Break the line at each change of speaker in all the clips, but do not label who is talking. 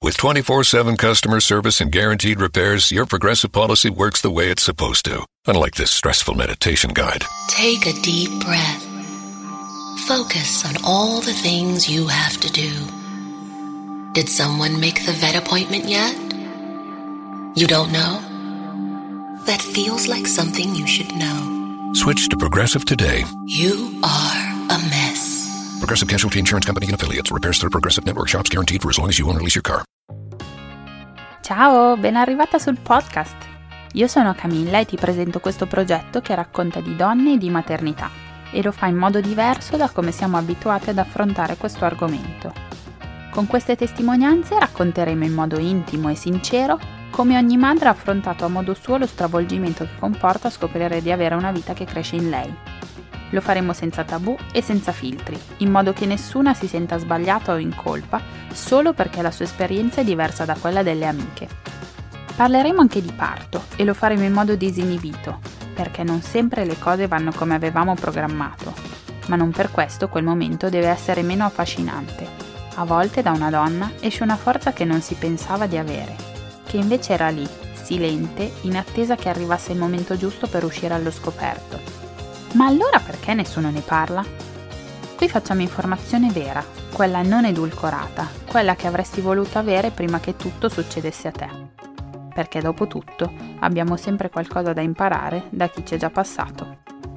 With 24/7 customer service and guaranteed repairs, your Progressive policy works the way it's supposed to. Unlike this stressful meditation guide.
Take a deep breath. Focus on all the things you have to do. Did someone make the vet appointment yet? You don't know? That feels like something you should know.
Switch to Progressive today.
You are a mess.
Progressive Casualty Insurance Company and Affiliates. Repairs through Progressive Network Shops guaranteed for as long as you own or lease your car.
Ciao, ben arrivata sul podcast. Io sono Camilla e ti presento questo progetto che racconta di donne e di maternità e lo fa in modo diverso da come siamo abituati ad affrontare questo argomento. Con queste testimonianze racconteremo in modo intimo e sincero come ogni madre ha affrontato a modo suo lo stravolgimento che comporta scoprire di avere una vita che cresce in lei. Lo faremo senza tabù e senza filtri, in modo che nessuna si senta sbagliata o in colpa solo perché la sua esperienza è diversa da quella delle amiche. Parleremo anche di parto e lo faremo in modo disinibito, perché non sempre le cose vanno come avevamo programmato, ma non per questo quel momento deve essere meno affascinante. A volte da una donna esce una forza che non si pensava di avere, che invece era lì, silente, in attesa che arrivasse il momento giusto per uscire allo scoperto. Ma allora perché nessuno ne parla? Qui facciamo informazione vera, quella non edulcorata, quella che avresti voluto avere prima che tutto succedesse a te. Perché dopo tutto abbiamo sempre qualcosa da imparare da chi ci è già passato.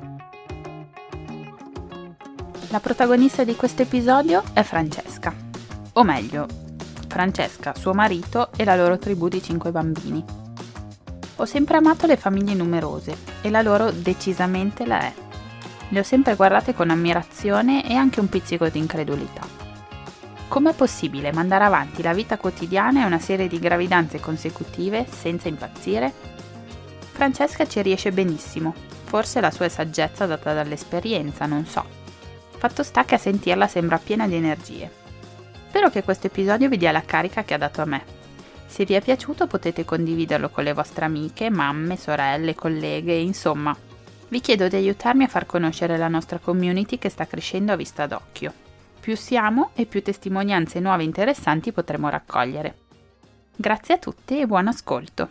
La protagonista di questo episodio è Francesca. O meglio, Francesca, suo marito e la loro tribù di 5 bambini. Ho sempre amato le famiglie numerose e la loro decisamente la è. Le ho sempre guardate con ammirazione e anche un pizzico di incredulità. Com'è possibile mandare avanti la vita quotidiana e una serie di gravidanze consecutive senza impazzire? Francesca ci riesce benissimo, forse la sua è saggezza data dall'esperienza, non so. Fatto sta che a sentirla sembra piena di energie. Spero che questo episodio vi dia la carica che ha dato a me. Se vi è piaciuto potete condividerlo con le vostre amiche, mamme, sorelle, colleghe, insomma. Vi chiedo di aiutarmi a far conoscere la nostra community che sta crescendo a vista d'occhio. Più siamo e più testimonianze nuove e interessanti potremo raccogliere. Grazie a tutti e buon ascolto.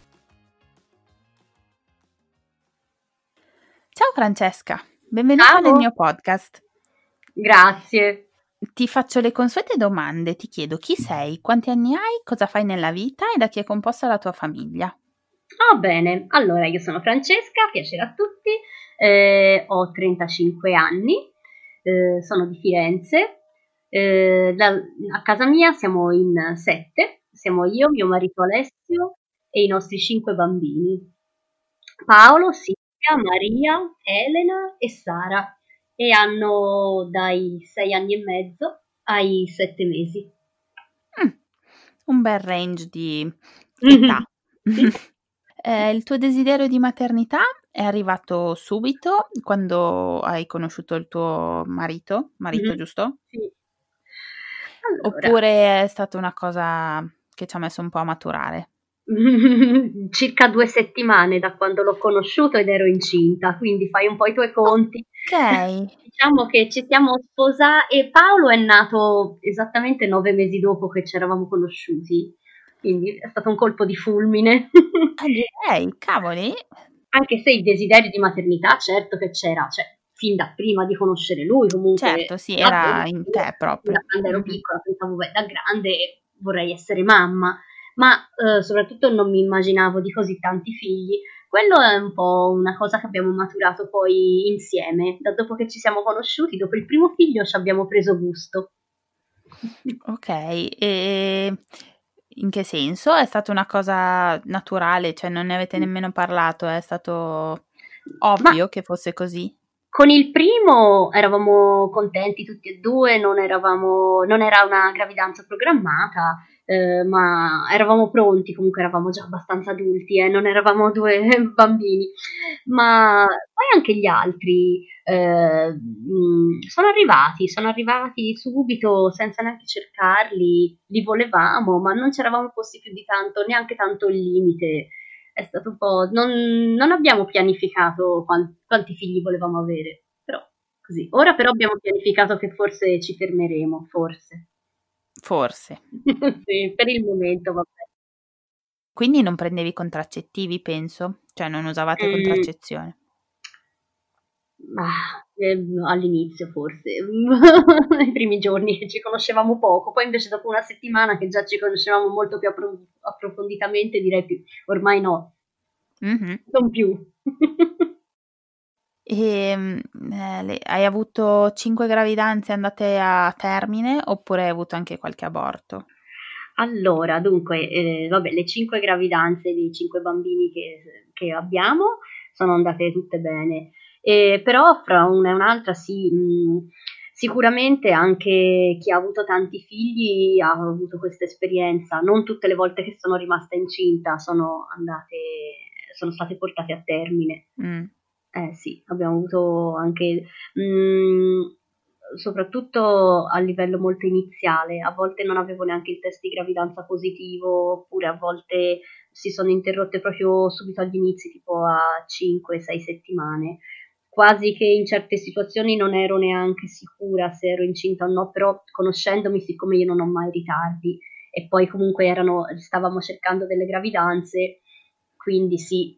Ciao Francesca, benvenuta
Ciao.
nel mio podcast.
Grazie.
Ti faccio le consuete domande, ti chiedo chi sei, quanti anni hai, cosa fai nella vita e da chi è composta la tua famiglia.
Bene, allora io sono Francesca, piacere a tutti, ho 35 anni, sono di Firenze, a casa mia siamo in 7, siamo io, mio marito Alessio e i nostri 5 bambini, Paolo, Silvia, Maria, Elena e Sara, e hanno dai 6 anni e mezzo ai 7 mesi.
Un bel range di età. Il tuo desiderio di maternità è arrivato subito quando hai conosciuto il tuo marito, giusto?
Sì. Allora,
Oppure è stata una cosa che ci ha messo un po' a maturare?
circa 2 settimane da quando l'ho conosciuto ed ero incinta, quindi fai un po' i tuoi conti.
Ok.
Diciamo che ci siamo sposati e Paolo è nato esattamente 9 mesi dopo che ci eravamo conosciuti, quindi è stato un colpo di fulmine.
Direi, cavoli.
Anche se il desiderio di maternità certo che c'era, cioè fin da prima di conoscere lui comunque.
Certo, sì, era in te proprio.
Da quando ero piccola pensavo, beh, da grande vorrei essere mamma, ma soprattutto non mi immaginavo di così tanti figli. Quello è un po' una cosa che abbiamo maturato poi insieme. Da dopo che ci siamo conosciuti, dopo il primo figlio ci abbiamo preso gusto.
Ok, e in che senso? È stata una cosa naturale, cioè non ne avete nemmeno parlato, è stato ovvio che fosse così?
Con il primo eravamo contenti tutti e due, non era una gravidanza programmata, ma eravamo pronti, comunque eravamo già abbastanza adulti, non eravamo 2 bambini. Ma poi anche gli altri sono arrivati subito senza neanche cercarli, li volevamo, ma non ci eravamo posti più di tanto, neanche tanto il limite. È stato un po'. Non abbiamo pianificato quanti figli volevamo avere, però così. Ora però abbiamo pianificato che forse ci fermeremo, forse.
Forse.
Sì, per il momento, vabbè.
Quindi non prendevi contraccettivi, penso? Cioè non usavate contraccezione?
All'inizio forse, nei primi giorni che ci conoscevamo poco, poi invece dopo una settimana che già ci conoscevamo molto più approfonditamente, direi più, ormai no, non più.
E hai avuto 5 gravidanze andate a termine oppure hai avuto anche qualche aborto?
Allora, dunque, vabbè, le 5 gravidanze di 5 bambini che abbiamo sono andate tutte bene. Però fra una e un'altra sì, sicuramente anche chi ha avuto tanti figli ha avuto questa esperienza. Non tutte le volte che sono rimasta incinta sono state portate a termine. Sì, abbiamo avuto anche, soprattutto a livello molto iniziale, a volte non avevo neanche il test di gravidanza positivo, oppure a volte si sono interrotte proprio subito agli inizi, tipo a 5-6 settimane. Quasi che in certe situazioni non ero neanche sicura se ero incinta o no, però conoscendomi, siccome io non ho mai ritardi, e poi comunque stavamo cercando delle gravidanze, quindi sì,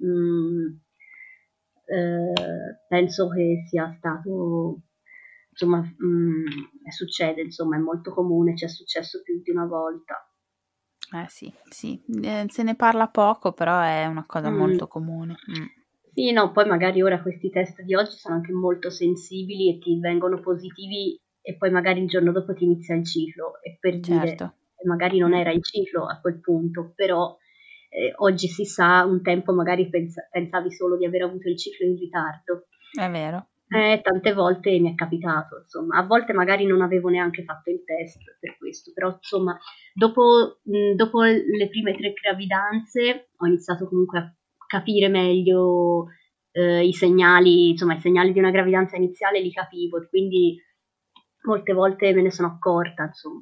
penso che sia stato, insomma, succede, insomma, è molto comune, ci è successo più di una volta.
Sì, se ne parla poco, però è una cosa molto comune.
Sì, no, poi magari ora questi test di oggi sono anche molto sensibili e ti vengono positivi e poi magari il giorno dopo ti inizia il ciclo e per dire,
Certo.
magari non era il ciclo a quel punto, però oggi si sa, un tempo magari pensavi solo di aver avuto il ciclo in ritardo.
È vero.
Tante volte mi è capitato, insomma, a volte magari non avevo neanche fatto il test per questo, però insomma, dopo le prime 3 gravidanze ho iniziato comunque a capire meglio i segnali, insomma, i segnali di una gravidanza iniziale li capivo, e quindi molte volte me ne sono accorta, insomma.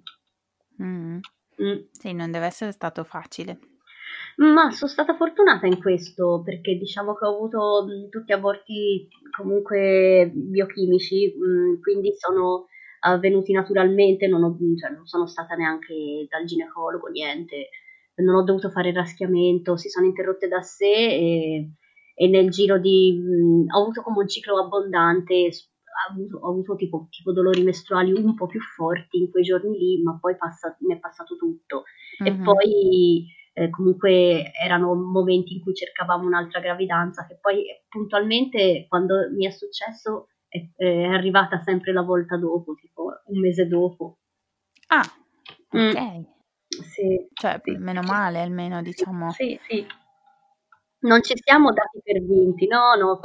Sì, non deve essere stato facile.
Ma sono stata fortunata in questo, perché diciamo che ho avuto tutti aborti comunque biochimici, quindi sono avvenuti naturalmente, cioè, non sono stata neanche dal ginecologo, niente, non ho dovuto fare il raschiamento, si sono interrotte da sé e nel giro ho avuto come un ciclo abbondante, ho avuto tipo dolori mestruali un po' più forti in quei giorni lì, ma poi mi è passato tutto. E poi comunque erano momenti in cui cercavamo un'altra gravidanza, che poi puntualmente quando mi è successo è arrivata sempre la volta dopo, tipo un mese dopo.
Ah, ok.
Sì,
Cioè,
sì,
meno male almeno, diciamo.
sì, sì. Non ci siamo dati per vinti, no,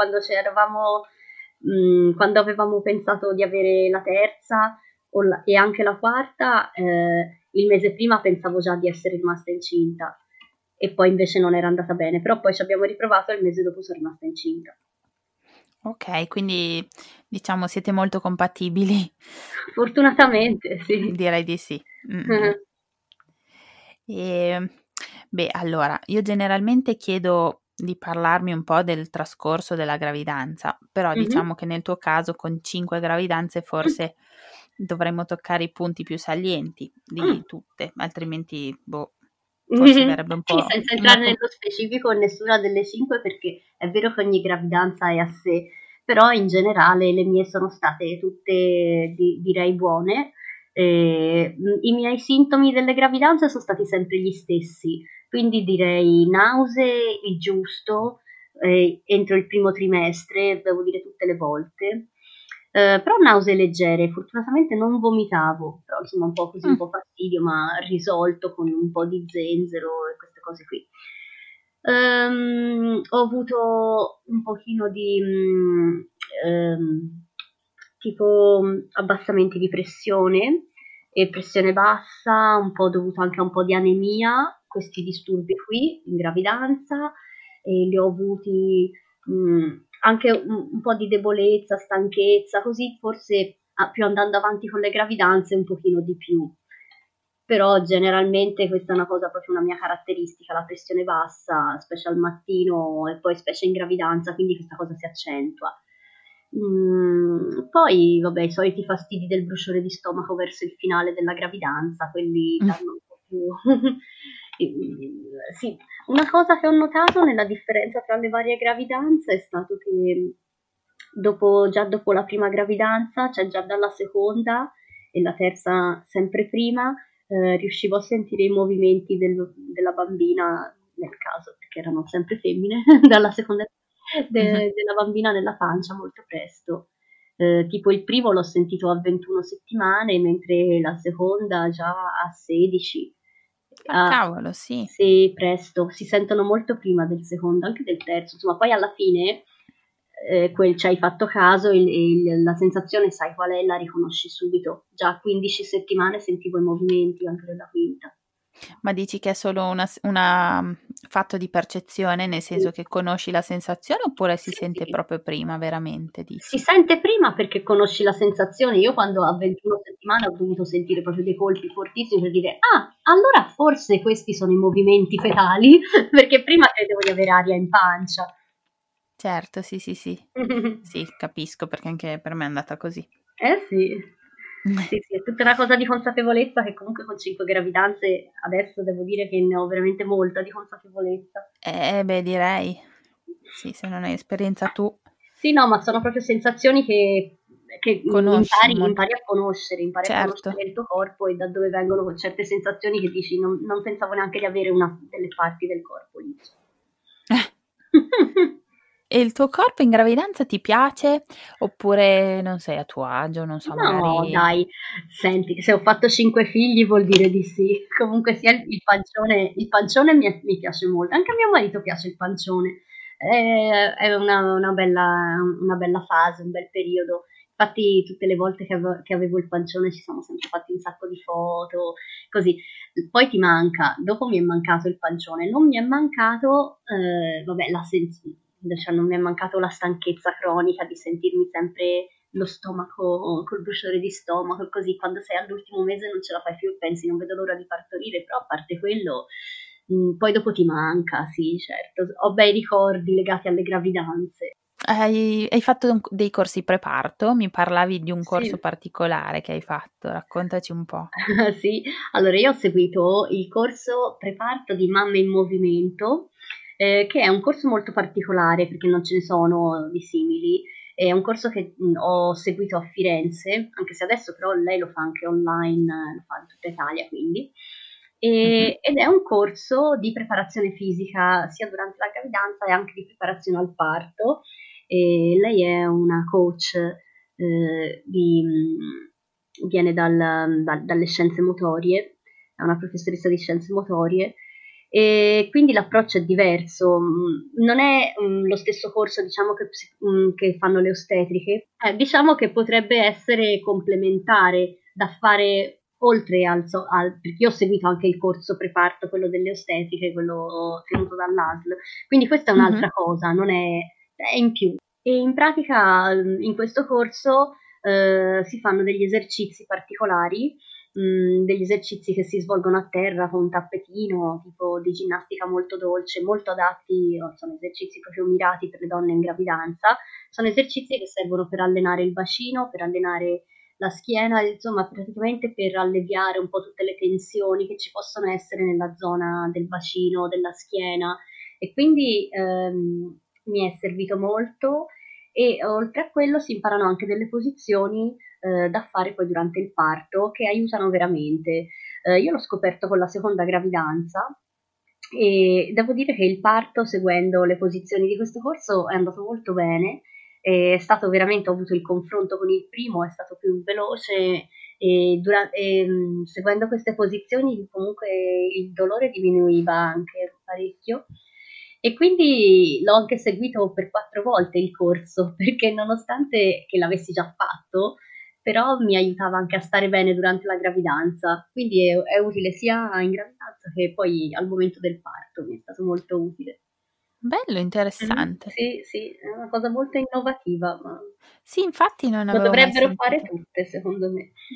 quando avevamo pensato di avere la terza e anche la quarta, il mese prima pensavo già di essere rimasta incinta e poi invece non era andata bene, però poi ci abbiamo riprovato e il mese dopo sono rimasta incinta.
Ok, quindi diciamo siete molto compatibili.
Fortunatamente, sì.
Direi di sì. Allora, io generalmente chiedo di parlarmi un po' del trascorso della gravidanza, però diciamo che nel tuo caso con 5 gravidanze forse dovremmo toccare i punti più salienti di tutte, altrimenti forse verrebbe un
Sì,
po'
senza entrare nello specifico nessuna delle 5, perché è vero che ogni gravidanza è a sé, però in generale le mie sono state tutte, direi, buone. I miei sintomi delle gravidanze sono stati sempre gli stessi, quindi direi nausee, il giusto, entro il primo trimestre, devo dire tutte le volte. Però nausee leggere, fortunatamente non vomitavo, però insomma un po' così, un po' fastidio, ma risolto con un po' di zenzero e queste cose qui. Ho avuto un pochino di tipo abbassamenti di pressione e pressione bassa, un po' dovuto anche a un po' di anemia, questi disturbi qui in gravidanza, e li ho avuti anche un po' di debolezza, stanchezza, così forse più andando avanti con le gravidanze un pochino di più. Però generalmente questa è una cosa, proprio una mia caratteristica, la pressione bassa, specie al mattino e poi specie in gravidanza, quindi questa cosa si accentua. Poi, vabbè, i soliti fastidi del bruciore di stomaco verso il finale della gravidanza, quelli danno un po' più... Sì, una cosa che ho notato nella differenza tra le varie gravidanze è stato che già dopo la prima gravidanza, cioè già dalla seconda e la terza sempre prima, riuscivo a sentire i movimenti della bambina, nel caso, perché erano sempre femmine, dalla seconda della bambina nella pancia molto presto. Tipo il primo l'ho sentito a 21 settimane, mentre la seconda già a 16.
Ah, cavolo, sì.
Sì, presto, si sentono molto prima del secondo, anche del terzo, insomma, poi alla fine ci hai fatto caso, la sensazione sai qual è, la riconosci subito. Già a 15 settimane sentivo i movimenti anche della quinta.
Ma dici che è solo una fatto di percezione, nel senso che conosci la sensazione, oppure si sente
Sì.
proprio prima, veramente,
Si
dici?
sente prima perché conosci la sensazione. Io quando a 21 settimane ho dovuto sentire proprio dei colpi fortissimi per dire, ah, allora forse questi sono i movimenti fetali, perché prima credevo di avere aria in pancia.
Certo, sì, sì, sì. Sì, capisco, perché anche per me è andata così.
Sì. Sì, sì, è tutta una cosa di consapevolezza che comunque con 5 gravidanze adesso devo dire che ne ho veramente molta di consapevolezza.
Beh, direi. Sì, se non hai esperienza tu,
Sì, no, ma sono proprio sensazioni che
conosci
impari a conoscere, impari a
Certo.
conoscere il tuo corpo e da dove vengono certe sensazioni che dici non pensavo neanche di avere una delle parti del corpo lì.
E il tuo corpo in gravidanza ti piace? Oppure non sei a tuo agio, non so,
No,
magari...
dai, senti, se ho fatto 5 figli vuol dire di sì. Comunque sia il pancione mi piace molto. Anche a mio marito piace il pancione. È una bella fase, un bel periodo. Infatti tutte le volte che avevo il pancione ci siamo sempre fatti un sacco di foto, così. Poi ti manca, dopo mi è mancato il pancione, non mi è mancato, vabbè, cioè non mi è mancato la stanchezza cronica di sentirmi sempre lo stomaco col bruciore di stomaco, così quando sei all'ultimo mese non ce la fai più e pensi non vedo l'ora di partorire, però a parte quello, poi dopo ti manca, sì, certo. Ho bei ricordi legati alle gravidanze.
Hai fatto dei corsi preparto? Mi parlavi di un corso
Sì.
particolare che hai fatto, raccontaci un po'.
Sì, allora io ho seguito il corso preparto di Mamme in Movimento, che è un corso molto particolare perché non ce ne sono di simili. È un corso che ho seguito a Firenze, anche se adesso però lei lo fa anche online, lo fa in tutta Italia quindi.
Mhm.
Ed è un corso di preparazione fisica sia durante la gravidanza e anche di preparazione al parto. E lei è una coach viene dalle scienze motorie, è una professoressa di scienze motorie e quindi l'approccio è diverso, non è lo stesso corso diciamo che fanno le ostetriche, diciamo che potrebbe essere complementare da fare oltre perché io ho seguito anche il corso preparto, quello delle ostetriche, quello tenuto dall'ASL, quindi questa è
Mhm.
un'altra cosa, non è in più. E in pratica in questo corso si fanno degli esercizi particolari, degli esercizi che si svolgono a terra con un tappetino, tipo di ginnastica molto dolce, molto adatti, sono esercizi proprio mirati per le donne in gravidanza, sono esercizi che servono per allenare il bacino, per allenare la schiena, insomma praticamente per alleviare un po' tutte le tensioni che ci possono essere nella zona del bacino, della schiena e quindi mi è servito molto e oltre a quello si imparano anche delle posizioni da fare poi durante il parto che aiutano veramente. Io l'ho scoperto con la seconda gravidanza e devo dire che il parto, seguendo le posizioni di questo corso, è andato molto bene. È stato veramente, ho avuto il confronto con il primo, è stato più veloce e seguendo queste posizioni comunque il dolore diminuiva anche parecchio e quindi l'ho anche seguito per 4 volte il corso perché nonostante che l'avessi già fatto però mi aiutava anche a stare bene durante la gravidanza, quindi è utile sia in gravidanza che poi al momento del parto, mi è stato molto utile.
Bello, interessante.
Sì, sì, è una cosa molto innovativa, ma
Sì, infatti non
lo
avevo mai
dovrebbero fare
sentito.
tutte, secondo me.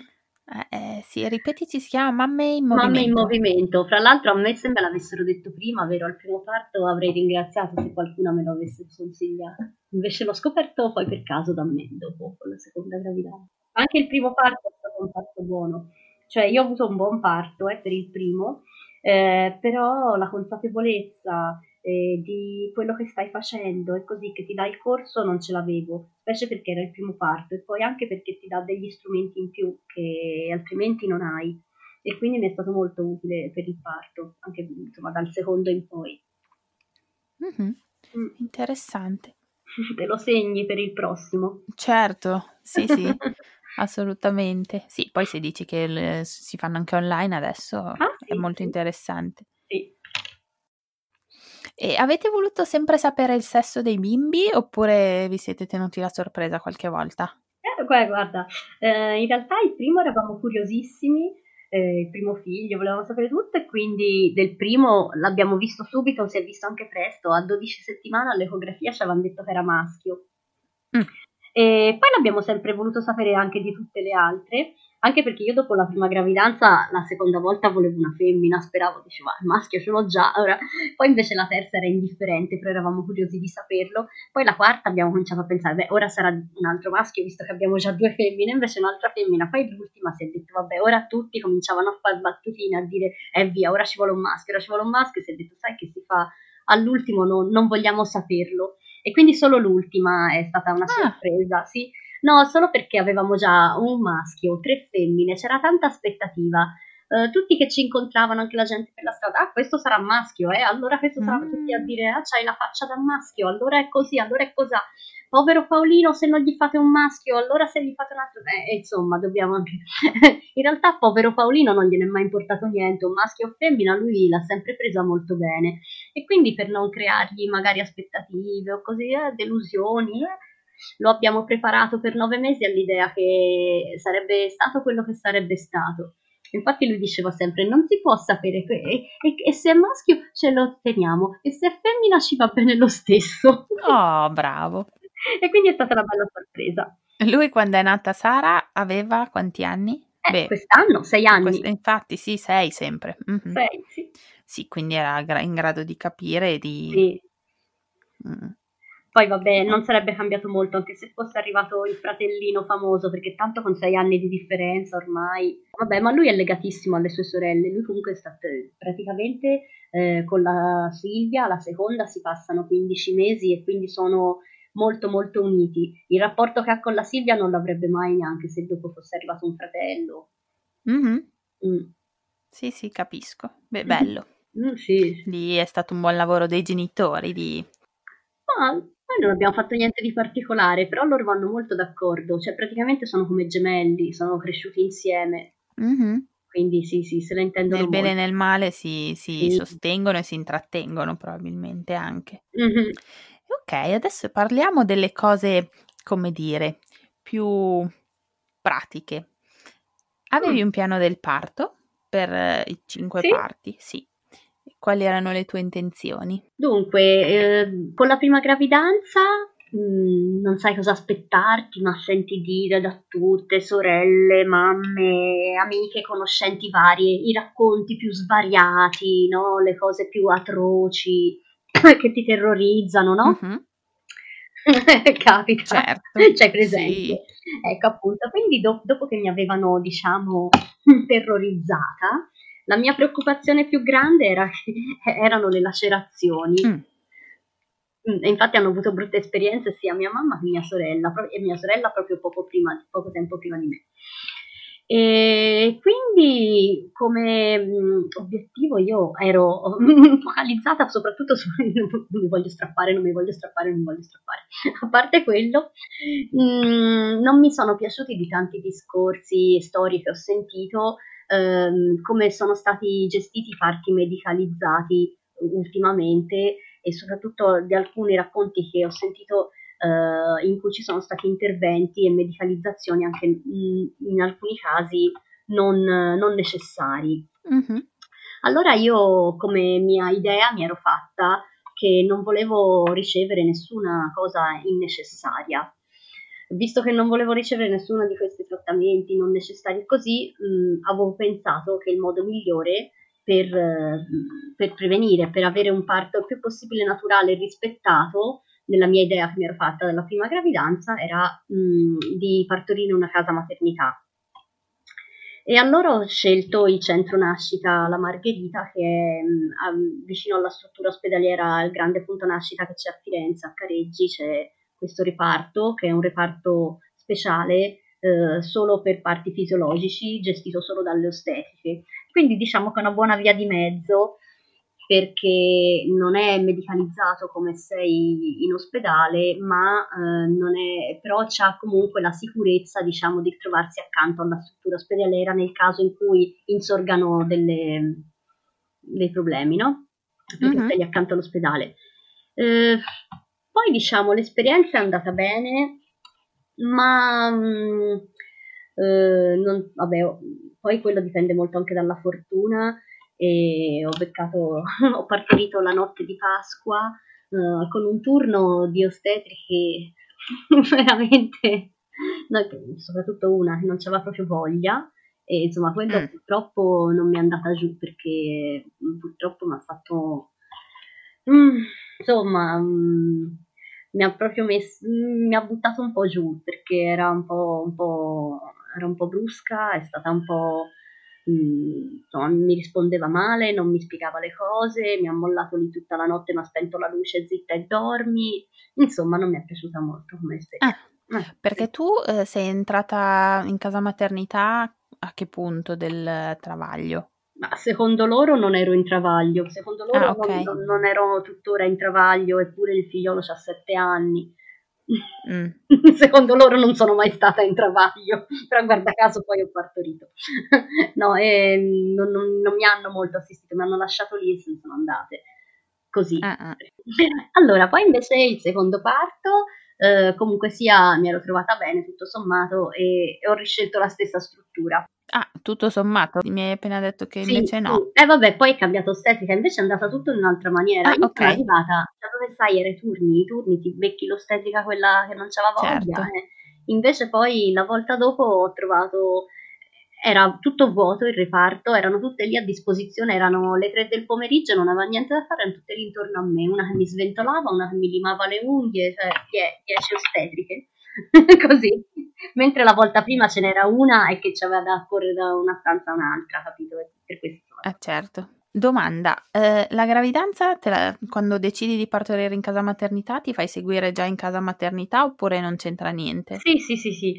Sì, ripetici, si chiama Mamme in
Mamme in
movimento.
movimento. Fra l'altro a me se me l'avessero detto prima, vero, al primo parto avrei ringraziato se qualcuno me lo avesse consigliato. Invece l'ho scoperto poi per caso da me, dopo con la seconda gravidanza. Anche il primo parto è stato un parto buono. Cioè io ho avuto un buon parto per il primo, però la consapevolezza di quello che stai facendo e così che ti dà il corso non ce l'avevo, specie perché era il primo parto e poi anche perché ti dà degli strumenti in più che altrimenti non hai e quindi mi è stato molto utile per il parto, anche insomma dal secondo in poi.
Mhm.
Mm.
Interessante.
Te lo segni per il prossimo.
Certo, sì, sì, assolutamente. Sì, poi se dici che si fanno anche online adesso
Ah
è
sì,
molto
sì,
interessante.
sì.
E avete voluto sempre sapere il sesso dei bimbi oppure vi siete tenuti la sorpresa qualche volta?
Guarda, in realtà il primo eravamo curiosissimi, il primo figlio, volevamo sapere tutto e quindi del primo l'abbiamo visto subito, si è visto anche presto, a 12 settimane all'ecografia ci avevano detto che era maschio.
Mm.
E poi l'abbiamo sempre voluto sapere anche di tutte le altre, anche perché io dopo la prima gravidanza, la seconda volta volevo una femmina, speravo, dicevo, il maschio ce l'ho già, ora. Poi invece la terza era indifferente, però eravamo curiosi di saperlo. Poi la quarta abbiamo cominciato a pensare, beh, ora sarà un altro maschio, visto che abbiamo già due femmine, invece un'altra femmina. Poi l'ultima si è detto, vabbè, ora tutti cominciavano a fare battutine, a dire, via, ora ci vuole un maschio, ora ci vuole un maschio, e si è detto, sai che si fa all'ultimo, non vogliamo saperlo. E quindi solo l'ultima è stata una
Ah,
sorpresa, sì. No, solo perché avevamo già un maschio, tre femmine, c'era tanta aspettativa. Tutti che ci incontravano, anche la gente per la strada, ah, questo sarà maschio, allora questo sarà tutti a
mm.
dire, ah, c'hai la faccia da maschio, allora è così, allora è così. Povero Paolino, se non gli fate un maschio, allora se gli fate un altro, insomma, dobbiamo anche. In realtà, povero Paolino non gliene è mai importato niente, un maschio o femmina, lui l'ha sempre presa molto bene. E quindi per non creargli magari aspettative o così, delusioni, lo abbiamo preparato per 9 mesi all'idea che sarebbe stato quello che sarebbe stato. Infatti lui diceva sempre non si può sapere e se è maschio ce lo teniamo e se è femmina ci va bene lo stesso.
Oh, bravo.
E quindi è stata una bella sorpresa.
Lui quando è nata Sara aveva quanti anni? Beh,
Quest'anno 6 anni.
infatti sì, 6 sempre. Mhm.
6, sì.
Sì, quindi era in grado di capire e di...
Sì.
Mm.
Poi vabbè,
Oh.
non sarebbe cambiato molto anche se fosse arrivato il fratellino famoso, perché tanto con 6 anni di differenza ormai. Vabbè, ma lui è legatissimo alle sue sorelle. Lui comunque è stato praticamente con la Silvia, la seconda, si passano 15 mesi e quindi sono molto molto uniti. Il rapporto che ha con la Silvia non l'avrebbe mai neanche se dopo fosse arrivato un fratello.
Mhm.
Mm.
Sì, sì, capisco. Beh, bello.
Sì.
Lì è stato un buon lavoro dei genitori di...
Ma noi non abbiamo fatto niente di particolare, però loro vanno molto d'accordo, cioè praticamente sono come gemelli, sono cresciuti insieme,
Mhm.
quindi sì, sì, se la intendono
Nel bene e
molto.
nel male si
Sì.
sostengono e si intrattengono probabilmente anche.
Mhm.
Ok, adesso parliamo delle cose, come dire, più pratiche. Avevi
Mm,
un piano del parto per i 5
sì.
parti? Sì. Quali erano le tue intenzioni?
Dunque, con la prima gravidanza non sai cosa aspettarti, ma senti dire da tutte, sorelle, mamme, amiche, conoscenti varie, i racconti più svariati, no? Le cose più atroci che ti terrorizzano, no?
Mhm.
Capita,
Certo,
c'hai
sì.
presente? Ecco appunto, quindi dopo che mi avevano, diciamo, terrorizzata, la mia preoccupazione più grande erano le lacerazioni.
Mm.
E infatti hanno avuto brutte esperienze sia mia mamma che mia sorella, e mia sorella proprio poco tempo prima di me. E quindi come obiettivo io ero focalizzata soprattutto su non mi voglio strappare, non mi voglio strappare, non mi voglio strappare. A parte quello, non mi sono piaciuti di tanti discorsi e storie che ho sentito, come sono stati gestiti i parti medicalizzati ultimamente e soprattutto di alcuni racconti che ho sentito in cui ci sono stati interventi e medicalizzazioni anche in alcuni casi non necessari.
Mhm.
Allora io come mia idea mi ero fatta che non volevo ricevere nessuna cosa innecessaria. Visto che non volevo ricevere nessuno di questi trattamenti non necessari così, avevo pensato che il modo migliore per prevenire, per avere un parto il più possibile naturale e rispettato, nella mia idea che mi ero fatta della prima gravidanza, era di partorire in una casa maternità. E allora ho scelto il centro nascita La Margherita, che è vicino alla struttura ospedaliera, il grande punto nascita che c'è a Firenze, a Careggi, c'è questo reparto, che è un reparto speciale solo per parti fisiologici, gestito solo dalle ostetriche. Quindi diciamo che è una buona via di mezzo, perché non è medicalizzato come sei in ospedale, ma però c'ha comunque la sicurezza, diciamo, di trovarsi accanto alla struttura ospedaliera nel caso in cui insorgano dei problemi, no? Perché stai accanto all'ospedale. Poi diciamo l'esperienza è andata bene, ma vabbè, poi quello dipende molto anche dalla fortuna, e ho partorito la notte di Pasqua con un turno di ostetriche veramente, soprattutto una che non c'aveva proprio voglia, e insomma quello purtroppo non mi è andata giù, perché purtroppo mi ha fatto insomma mi ha proprio mi ha buttato un po' giù, perché era un po' brusca, è stata un po' insomma, mi rispondeva male, non mi spiegava le cose, mi ha mollato lì tutta la notte, mi ha spento la luce, zitta e dormi, insomma non mi è piaciuta molto come esperienza.
Perché tu sei entrata in casa maternità a che punto del travaglio?
Ma secondo loro non ero in travaglio, secondo loro
ok.
non ero tuttora in travaglio, eppure il figliolo ha 7 anni. Secondo loro non sono mai stata in travaglio, però guarda caso poi ho partorito. No, non mi hanno molto assistito, mi hanno lasciato lì e se ne sono andate. Così. Allora, poi invece il secondo parto, comunque sia, mi ero trovata bene tutto sommato, e ho riscelto la stessa struttura.
Ah, tutto sommato, mi hai appena detto che
Sì,
invece no.
sì. Vabbè, poi è cambiato ostetrica, invece è andata tutto in un'altra maniera. Io sono arrivata, da dove sai, era i turni, ti becchi l'ostetrica quella che non c'aveva voglia. Invece poi la volta dopo ho trovato, era tutto vuoto il reparto, erano tutte lì a disposizione, erano le 3 del pomeriggio, non aveva niente da fare, erano tutte lì intorno a me, una che mi sventolava, una che mi limava le unghie, cioè 10 ostetriche. Così, mentre la volta prima ce n'era una e che c'aveva da correre da una stanza a un'altra, capito? Per questo.
Certo. Domanda, la gravidanza quando decidi di partorire in casa maternità ti fai seguire già in casa maternità oppure non c'entra niente?
Sì.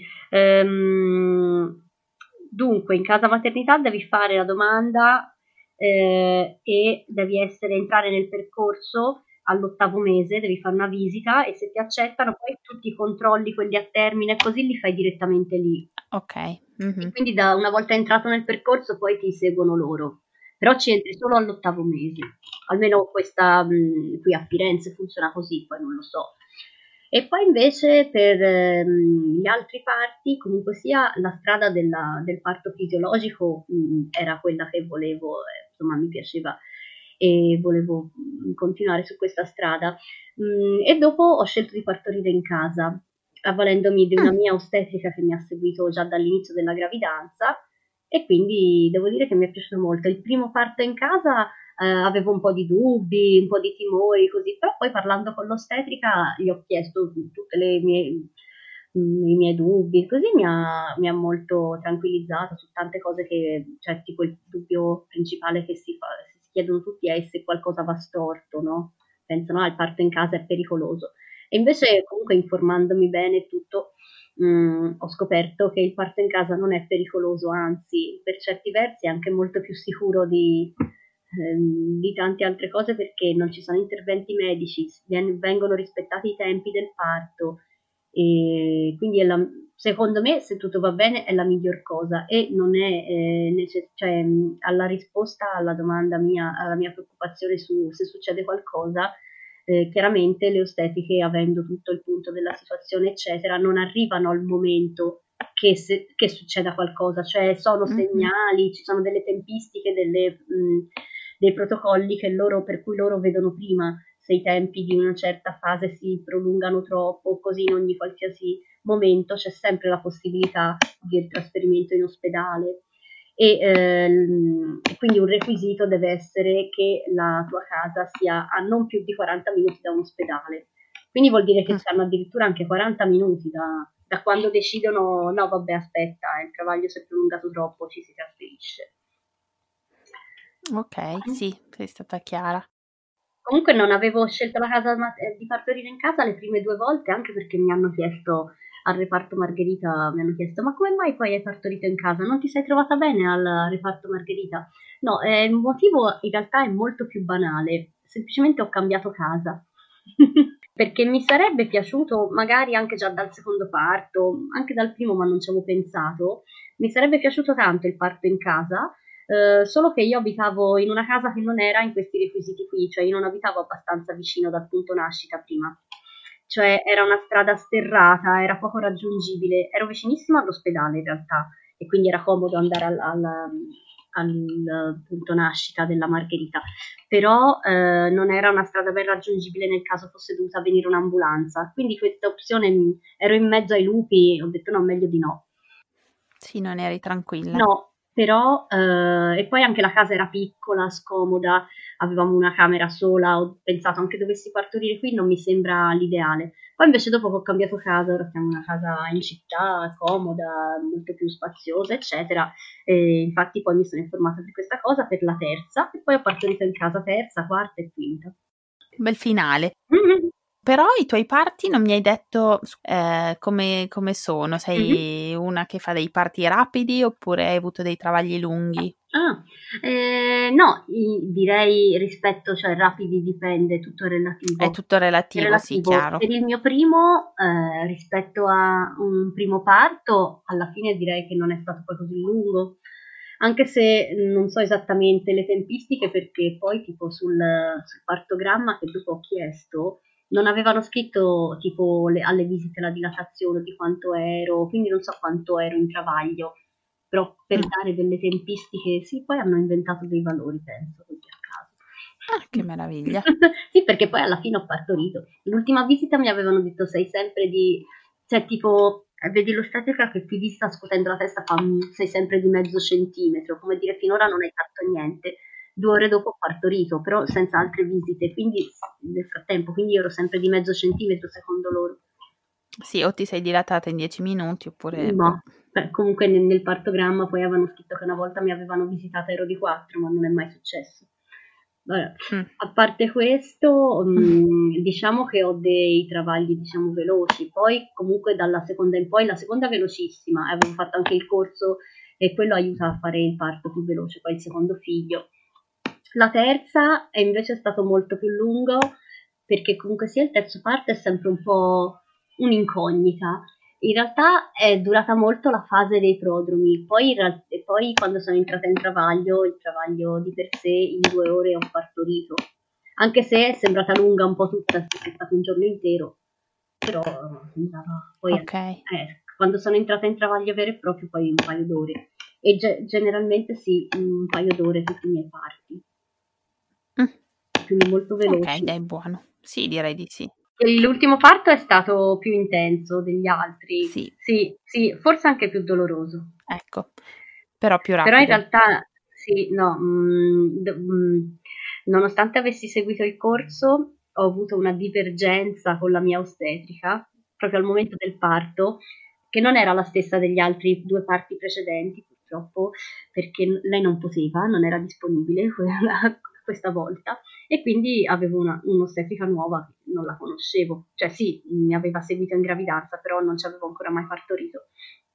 Dunque, in casa maternità devi fare la domanda e devi entrare nel percorso all'8° mese, devi fare una visita, e se ti accettano poi tutti i controlli, quelli a termine, così li fai direttamente lì.
Ok.
E quindi una volta entrato nel percorso poi ti seguono loro, però ci entri solo all'8° mese, almeno questa qui a Firenze funziona così, poi non lo so. E poi invece per gli altri parti, comunque sia, la strada del parto fisiologico era quella che volevo, insomma mi piaceva e volevo continuare su questa strada. E dopo ho scelto di partorire in casa, avvalendomi di una mia ostetrica che mi ha seguito già dall'inizio della gravidanza, e quindi devo dire che mi è piaciuto molto. Il primo parto in casa avevo un po' di dubbi, un po' di timori, così, però poi parlando con l'ostetrica gli ho chiesto tutte i miei dubbi, così mi ha molto tranquillizzato su tante cose, cioè tipo il dubbio principale che si chiedono tutti è se qualcosa va storto, no? Pensano, il parto in casa è pericoloso. E invece comunque informandomi bene e tutto, ho scoperto che il parto in casa non è pericoloso, anzi per certi versi è anche molto più sicuro di tante altre cose, perché non ci sono interventi medici, vengono rispettati i tempi del parto, e quindi secondo me, se tutto va bene, è la miglior cosa, e non è cioè, alla risposta alla domanda mia, alla mia preoccupazione su se succede qualcosa. Chiaramente le ostetriche, avendo tutto il punto della situazione eccetera, non arrivano al momento che succeda qualcosa, cioè sono segnali, ci sono delle tempistiche, dei protocolli per cui loro vedono prima se i tempi di una certa fase si prolungano troppo, così in ogni qualsiasi momento c'è sempre la possibilità di trasferimento in ospedale e quindi un requisito deve essere che la tua casa sia a non più di 40 minuti da un ospedale. Quindi vuol dire che stanno addirittura anche 40 minuti da quando decidono no vabbè aspetta, il travaglio si è prolungato troppo, ci si trasferisce.
Ok, sì, sei stata chiara.
Comunque non avevo scelto la casa di partorire in casa le prime 2 volte, anche perché mi hanno chiesto al reparto Margherita, mi hanno chiesto ma come mai poi hai partorito in casa? Non ti sei trovata bene al reparto Margherita? No, il motivo in realtà è molto più banale, semplicemente ho cambiato casa. Perché mi sarebbe piaciuto, magari anche già dal secondo parto, anche dal primo, ma non ci avevo pensato, mi sarebbe piaciuto tanto il parto in casa, solo che io abitavo in una casa che non era in questi requisiti qui, cioè io non abitavo abbastanza vicino dal punto nascita prima, cioè era una strada sterrata, era poco raggiungibile, ero vicinissima all'ospedale in realtà e quindi era comodo andare al punto nascita della Margherita, però non era una strada ben raggiungibile nel caso fosse dovuta venire un'ambulanza, quindi questa opzione ero in mezzo ai lupi, ho detto no, meglio di no.
Sì, non eri tranquilla.
No, però e poi anche la casa era piccola, scomoda, avevamo una camera sola, ho pensato anche dovessi partorire qui non mi sembra l'ideale. Poi invece dopo che ho cambiato casa, ora siamo in una casa in città, comoda, molto più spaziosa, eccetera. E infatti poi mi sono informata di questa cosa per la terza e poi ho partorito in casa terza, quarta e quinta.
Bel finale.
Mm-hmm.
Però i tuoi parti non mi hai detto come sono, sei una che fa dei parti rapidi oppure hai avuto dei travagli lunghi?
No, direi rispetto, cioè rapidi dipende, tutto relativo.
È tutto relativo, sì, chiaro.
Per il mio primo, rispetto a un primo parto, alla fine direi che non è stato poi così lungo, anche se non so esattamente le tempistiche perché poi tipo sul partogramma che dopo ho chiesto non avevano scritto tipo alle visite la dilatazione di quanto ero, quindi non so quanto ero in travaglio, però per dare delle tempistiche, sì, poi hanno inventato dei valori, penso, così a caso.
Ah, che meraviglia.
Sì, perché poi alla fine ho partorito. L'ultima visita mi avevano detto sei sempre cioè tipo, vedi l'ostetrica che ti sta scuotendo la testa, sei sempre di mezzo centimetro, come dire finora non hai fatto niente. 2 ore dopo ho partorito, però senza altre visite, quindi nel frattempo, quindi io ero sempre di mezzo centimetro secondo loro.
Sì, o ti sei dilatata in 10 minuti oppure...
No, comunque nel partogramma poi avevano scritto che una volta mi avevano visitata ero di 4, ma non è mai successo. Vabbè. A parte questo, diciamo che ho dei travagli, diciamo, veloci, poi comunque dalla seconda in poi, la seconda velocissima, avevo fatto anche il corso e quello aiuta a fare il parto più veloce, poi il secondo figlio. La terza è invece stato molto più lungo, perché comunque sia il terzo parto è sempre un po' un'incognita. In realtà è durata molto la fase dei prodromi, poi quando sono entrata in travaglio, il travaglio di per sé in 2 ore ho partorito, anche se è sembrata lunga un po' tutta, perché è stato un giorno intero, però sembrava poi quando sono entrata in travaglio vero e proprio poi un paio d'ore, e generalmente sì, un paio d'ore tutti i miei parti, quindi molto veloci.
Ok, dai, buono, sì, direi di sì.
L'ultimo parto è stato più intenso degli altri,
sì,
forse anche più doloroso.
Ecco, però più rapido.
Però in realtà, sì, no, nonostante avessi seguito il corso, ho avuto una divergenza con la mia ostetrica, proprio al momento del parto, che non era la stessa degli altri 2 parti precedenti, purtroppo, perché lei non poteva, non era disponibile questa volta, e quindi avevo un'ostetrica nuova che non la conoscevo, cioè sì, mi aveva seguito in gravidanza, però non ci avevo ancora mai partorito.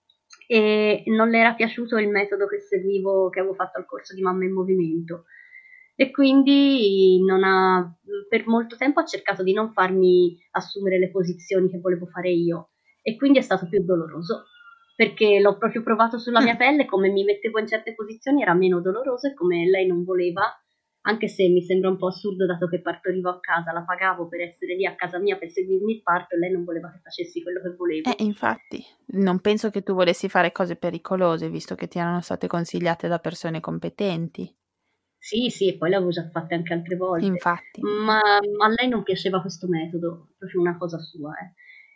E non le era piaciuto il metodo che seguivo, che avevo fatto al corso di Mamma in Movimento, e quindi per molto tempo ha cercato di non farmi assumere le posizioni che volevo fare io, e quindi è stato più doloroso, perché l'ho proprio provato sulla mia pelle, come mi mettevo in certe posizioni era meno doloroso, e come lei non voleva, anche se mi sembra un po' assurdo dato che partorivo a casa, la pagavo per essere lì a casa mia per seguirmi il parto e lei non voleva che facessi quello che volevo.
Infatti, non penso che tu volessi fare cose pericolose, visto che ti erano state consigliate da persone competenti.
Sì, e poi l'avevo già fatte anche altre volte.
Infatti.
Ma a lei non piaceva questo metodo, proprio una cosa sua.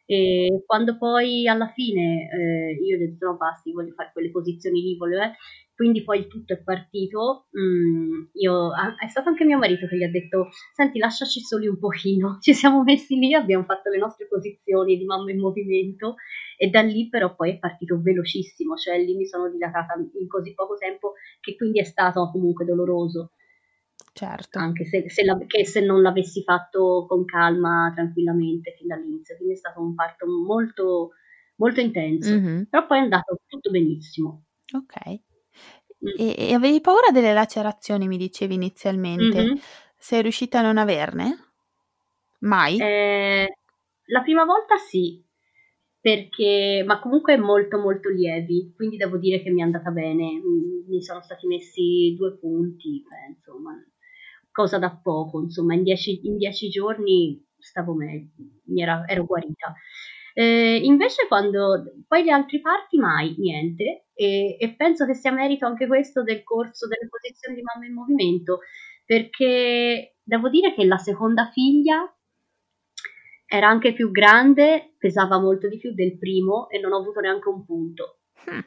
E quando poi alla fine io ho detto no basta, io voglio fare quelle posizioni lì, quindi poi il tutto è partito, è stato anche mio marito che gli ha detto senti lasciaci soli un pochino, ci siamo messi lì, abbiamo fatto le nostre posizioni di mamma in movimento e da lì però poi è partito velocissimo, cioè lì mi sono dilatata in così poco tempo che quindi è stato comunque doloroso.
Certo.
Anche se non l'avessi fatto con calma, tranquillamente fin dall'inizio, quindi è stato un parto molto, molto intenso, però poi è andato tutto benissimo.
Ok. E avevi paura delle lacerazioni, mi dicevi inizialmente.
Mhm.
Sei riuscita a non averne? Mai?
La prima volta sì, ma comunque molto molto lievi, quindi devo dire che mi è andata bene, mi sono stati messi 2 punti, penso, ma cosa da poco, insomma, in 10 giorni stavo meglio, ero guarita. Invece quando poi gli altri parti mai, niente, e penso che sia merito anche questo del corso delle posizioni di mamma in movimento, perché devo dire che la seconda figlia era anche più grande, pesava molto di più del primo e non ho avuto neanche un punto.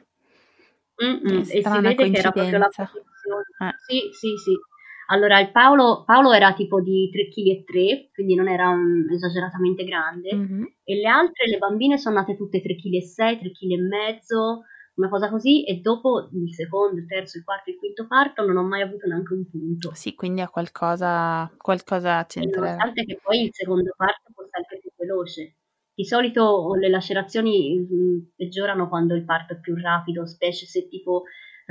E si
Strana
vede che era proprio la
coincidenza.
posizione. Sì, sì, sì. Allora, Paolo era tipo di 3,3 kg, quindi non era esageratamente grande,
Mhm.
e le altre, le bambine, sono nate tutte 3,6 kg, 3,5 kg, una cosa così, e dopo il secondo, il terzo, il quarto, il quinto parto non ho mai avuto neanche un punto.
Sì, quindi a qualcosa
E
c'entrerà.
nonostante che poi il secondo parto fosse anche più veloce. Di solito le lacerazioni peggiorano quando il parto è più rapido, specie se tipo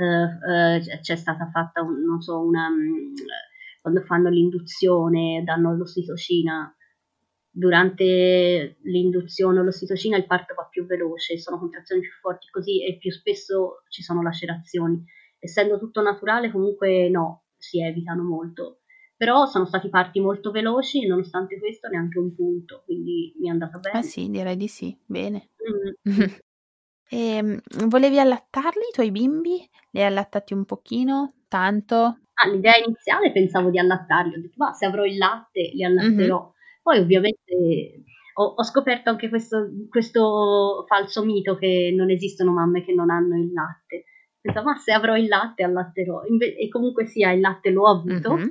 c'è stata fatta, non so, quando fanno l'induzione, danno l'ossitocina. Durante l'induzione o l'ossitocina il parto va più veloce, sono contrazioni più forti così e più spesso ci sono lacerazioni. Essendo tutto naturale comunque no, si evitano molto. Però sono stati parti molto veloci e nonostante questo neanche un punto, quindi mi è andata
Eh
bene.
sì, direi di sì. Bene.
Mm.
Volevi allattarli i tuoi bimbi? Li hai allattati un pochino? Tanto?
L'idea iniziale pensavo di allattarli, ho detto ma se avrò il latte li
Mhm.
allatterò. Poi ovviamente ho scoperto anche questo falso mito che non esistono mamme che non hanno il latte. Pensavo, ma se avrò il latte allatterò. E comunque sia, il latte l'ho avuto.
Mhm.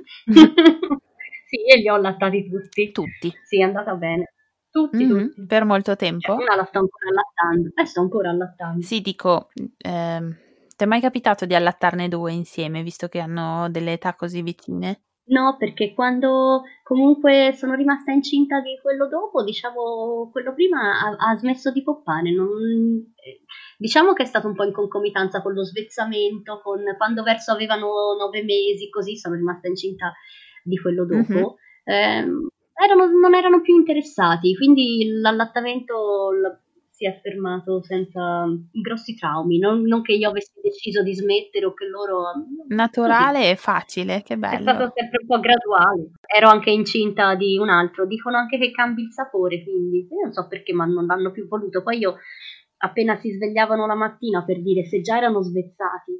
Sì, e li ho allattati tutti.
Tutti.
Sì, è andata bene. Tutti,
Mhm.
tutti.
Per molto
Cioè,
tempo?
una la sto ancora allattando. Sto ancora allattando.
Sì, dico, ti è mai capitato di allattarne due insieme, visto che hanno delle età così vicine?
No, perché quando comunque sono rimasta incinta di quello dopo, diciamo, quello prima ha smesso di poppare. Diciamo che è stato un po' in concomitanza con lo svezzamento, con quando verso avevano 9 mesi, così sono rimasta incinta di quello
Mhm.
dopo. Non erano più interessati, quindi l'allattamento si è fermato senza grossi traumi. Non che io avessi deciso di smettere o che loro. Così.
Naturale e facile, che
È stato
bello.
sempre un po' graduale. Ero anche incinta di un altro. Dicono anche che cambi il sapore, quindi io non so perché, ma non l'hanno più voluto. Poi io, appena si svegliavano la mattina, per dire, se già erano svezzati,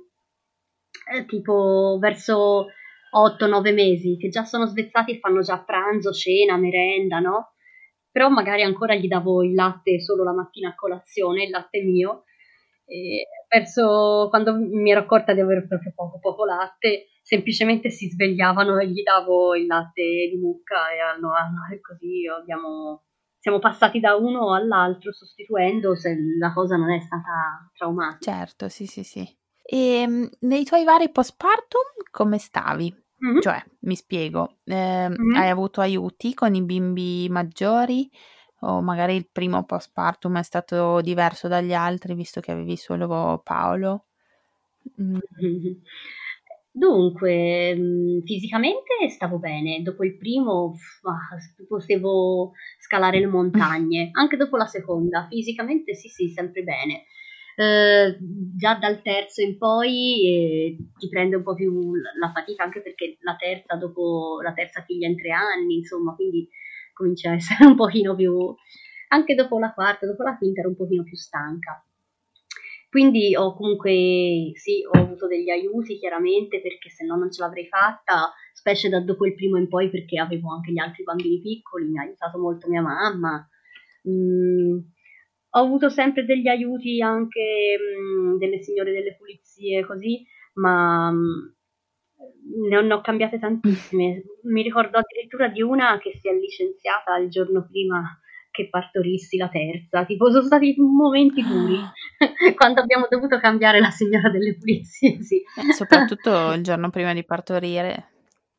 tipo verso 8-9 mesi, che già sono svezzati e fanno già pranzo, cena, merenda, no? Però magari ancora gli davo il latte solo la mattina a colazione, il latte mio, e verso quando mi ero accorta di avere proprio poco latte, semplicemente si svegliavano e gli davo il latte di mucca e così siamo passati da uno all'altro sostituendo se la cosa non è stata traumatica.
Certo, sì, sì, sì. E nei tuoi vari postpartum come stavi?
Mhm,
Cioè, mi spiego, hai
mhm.
avuto aiuti con i bimbi maggiori o magari il primo postpartum è stato diverso dagli altri visto che avevi solo Paolo? Mm.
Dunque, fisicamente stavo bene, dopo il primo potevo scalare le montagne, anche dopo la seconda, fisicamente sì, sì, sempre bene. Già dal terzo in poi ti prende un po' più la fatica, anche perché dopo la terza figlia in 3 anni, insomma, quindi comincia a essere un pochino più, anche dopo la quarta, dopo la quinta ero un pochino più stanca. Quindi ho comunque, sì, ho avuto degli aiuti chiaramente perché se no non ce l'avrei fatta, specie da dopo il primo in poi perché avevo anche gli altri bambini piccoli, mi ha aiutato molto mia mamma, Ho avuto sempre degli aiuti anche delle signore delle pulizie, così, ma ne ho cambiate tantissime. Mi ricordo addirittura di una che si è licenziata il giorno prima che partorissi la terza. Tipo, sono stati momenti duri quando abbiamo dovuto cambiare la signora delle pulizie, sì.
Soprattutto il giorno prima di partorire.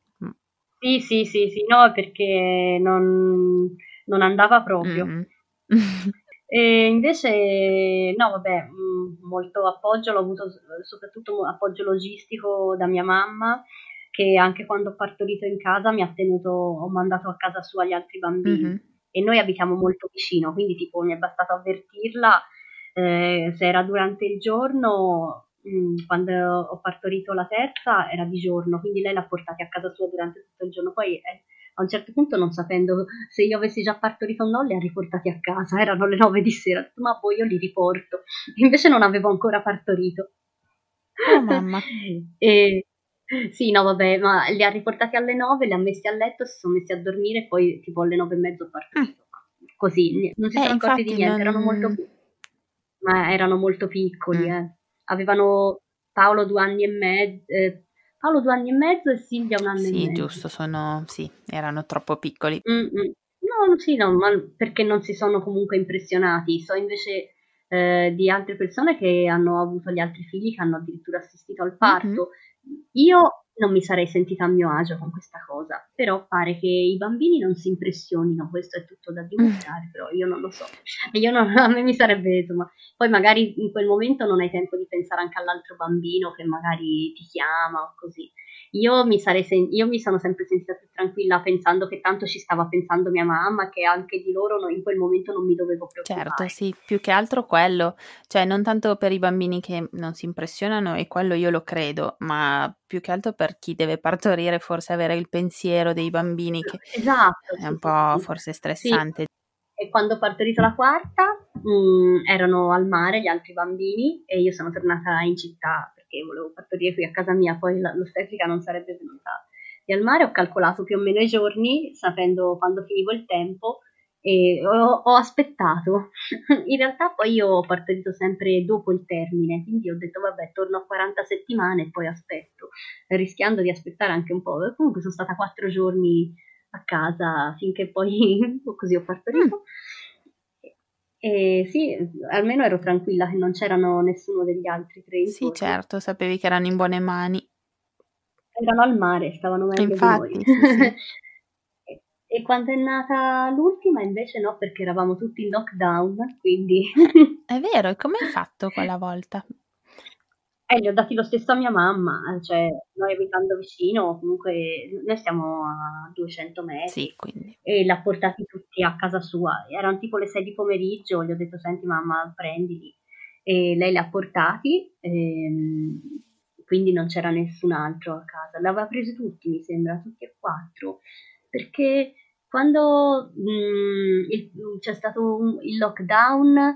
Sì, no, perché non andava proprio.
Mm.
E invece, no, vabbè, molto appoggio, l'ho avuto soprattutto appoggio logistico da mia mamma, che anche quando ho partorito in casa mi ha tenuto, ho mandato a casa sua gli altri bambini.
Mhm.
E noi abitiamo molto vicino, quindi tipo mi è bastato avvertirla, se era durante il giorno, quando ho partorito la terza era di giorno, quindi lei l'ha portata a casa sua durante tutto il giorno. Poi a un certo punto, non sapendo se io avessi già partorito o no, li ha riportati a casa, erano le 9 di sera, ho detto, ma poi io li riporto. Invece non avevo ancora partorito.
Oh mamma.
E, sì, no, vabbè, ma li ha riportati alle 9, li ha messi a letto, si sono messi a dormire e poi tipo alle 9 e mezzo ho partorito. Così, non si sono accorti di
Infatti
niente, erano molto piccoli, Avevano Paolo 2 anni e mezzo, Paolo 2 anni e mezzo e Silvia 1 anno e
Sì,
mezzo.
giusto, sì, erano troppo piccoli.
No, sì, no, ma perché non si sono comunque impressionati. So invece di altre persone che hanno avuto gli altri figli che hanno addirittura assistito al
Mhm.
parto. Io non mi sarei sentita a mio agio con questa cosa, però pare che i bambini non si impressionino, questo è tutto da dimostrare, però io non lo so. A me mi sarebbe, insomma, poi magari in quel momento non hai tempo di pensare anche all'altro bambino che magari ti chiama o così. Io mi sono sempre sentita più tranquilla pensando che tanto ci stava pensando mia mamma, che anche di loro in quel momento non mi dovevo
Certo,
preoccupare.
sì, più che altro quello, cioè non tanto per i bambini che non si impressionano, e quello io lo credo, ma più che altro per chi deve partorire, forse avere il pensiero dei bambini che
Esatto,
è
sì,
un
sì,
po'
sì.
forse
Sì,
stressante.
e quando ho partorito la quarta, erano al mare gli altri bambini e io sono tornata in città perché volevo partorire qui a casa mia, poi l'ostetrica non sarebbe venuta lì al mare. Ho calcolato più o meno i giorni, sapendo quando finivo il tempo, e ho aspettato. In realtà poi io ho partorito sempre dopo il termine, quindi ho detto vabbè, torno a 40 settimane e poi aspetto, rischiando di aspettare anche un po'. Comunque sono stata 4 giorni a casa finché poi così ho partorito. E sì, almeno ero tranquilla che non c'erano nessuno degli altri tre
Sì,
intorno.
certo, sapevi che erano in buone mani.
Erano al mare, stavano meglio di noi.
Infatti, sì.
E quando è nata l'ultima invece no, perché eravamo tutti in lockdown, quindi
È vero, e come hai fatto quella volta?
li ho dati lo stesso a mia mamma, cioè noi abitando vicino, comunque noi stiamo a 200
Sì,
metri
quindi.
e li ha portati tutti a casa sua. Erano tipo le 6 di pomeriggio, gli ho detto senti mamma prendili e lei li ha portati, quindi non c'era nessun altro a casa. Li aveva presi tutti, mi sembra, tutti e quattro, perché quando c'è stato il lockdown,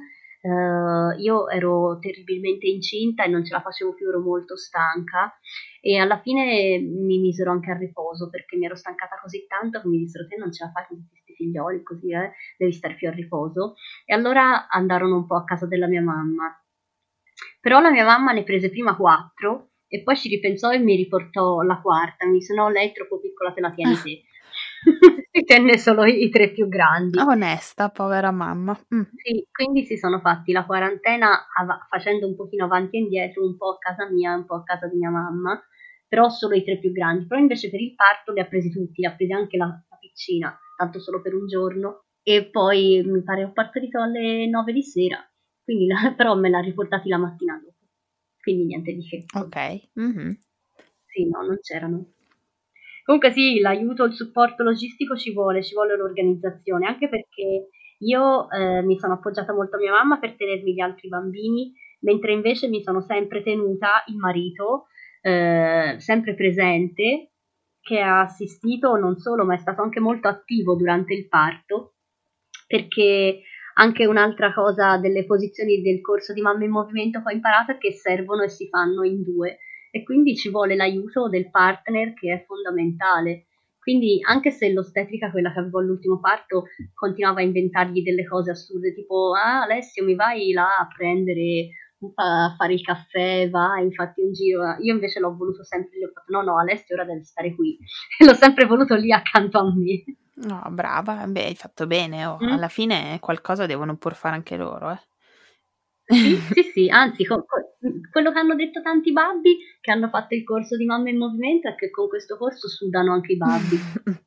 io ero terribilmente incinta e non ce la facevo più, ero molto stanca e alla fine mi misero anche a riposo perché mi ero stancata così tanto che mi dissero te non ce la fai con tutti questi figlioli così, devi stare più a riposo. E allora andarono un po' a casa della mia mamma, però la mia mamma ne prese prima 4 e poi ci ripensò e mi riportò la quarta, mi disse no, lei è troppo piccola, te la tieni te. Si tenne solo i 3 più grandi.
Onesta, povera mamma.
Sì, quindi si sono fatti la quarantena facendo un pochino avanti e indietro, un po' a casa mia, un po' a casa di mia mamma, però solo i 3 più grandi. Però invece per il parto li ha presi tutti, li ha presi anche la piccina, tanto solo per un giorno. E poi mi pare ho partorito alle 9 di sera, quindi però me l'ha riportati la mattina dopo. Quindi niente di che.
Ok. Mhm.
Sì, no, non c'erano. Comunque sì, l'aiuto, il supporto logistico ci vuole l'organizzazione, anche perché io mi sono appoggiata molto a mia mamma per tenermi gli altri bambini, mentre invece mi sono sempre tenuta il marito, sempre presente, che ha assistito non solo, ma è stato anche molto attivo durante il parto, perché anche un'altra cosa delle posizioni del corso di Mamma in Movimento che ho imparato è che servono e si fanno in due e quindi ci vuole l'aiuto del partner che è fondamentale. Quindi anche se l'ostetrica, quella che avevo all'ultimo parto, continuava a inventargli delle cose assurde, tipo Alessio mi vai là a prendere, a fare il caffè, vai, infatti un giro. Io invece l'ho voluto sempre, gli ho fatto no, Alessio ora deve stare qui. E l'ho sempre voluto lì accanto a me.
No, brava, beh, hai fatto bene, alla fine qualcosa devono pur fare anche loro,
Sì, anzi, quello che hanno detto tanti babbi che hanno fatto il corso di Mamma in Movimento è che con questo corso sudano anche i babbi.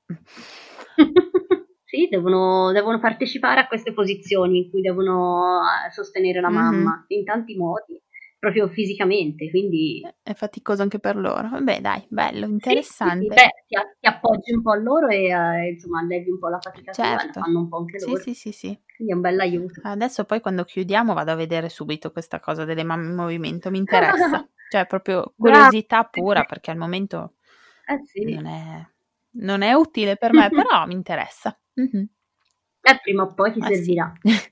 Sì, devono partecipare a queste posizioni in cui devono sostenere la mamma in tanti modi, proprio fisicamente, quindi
È faticoso anche per loro. Beh, dai, bello,
sì,
interessante.
beh, ti appoggi un po' a loro e insomma allevi un po' la fatica tua, la
Certo.
fanno un po' anche loro.
Sì.
Quindi è un bel aiuto.
Adesso poi quando chiudiamo vado a vedere subito questa cosa delle mamme in movimento, mi interessa. Cioè proprio curiosità pura, perché al momento
Sì.
non è utile per me, però mi interessa.
Prima o poi ti servirà.
Sì.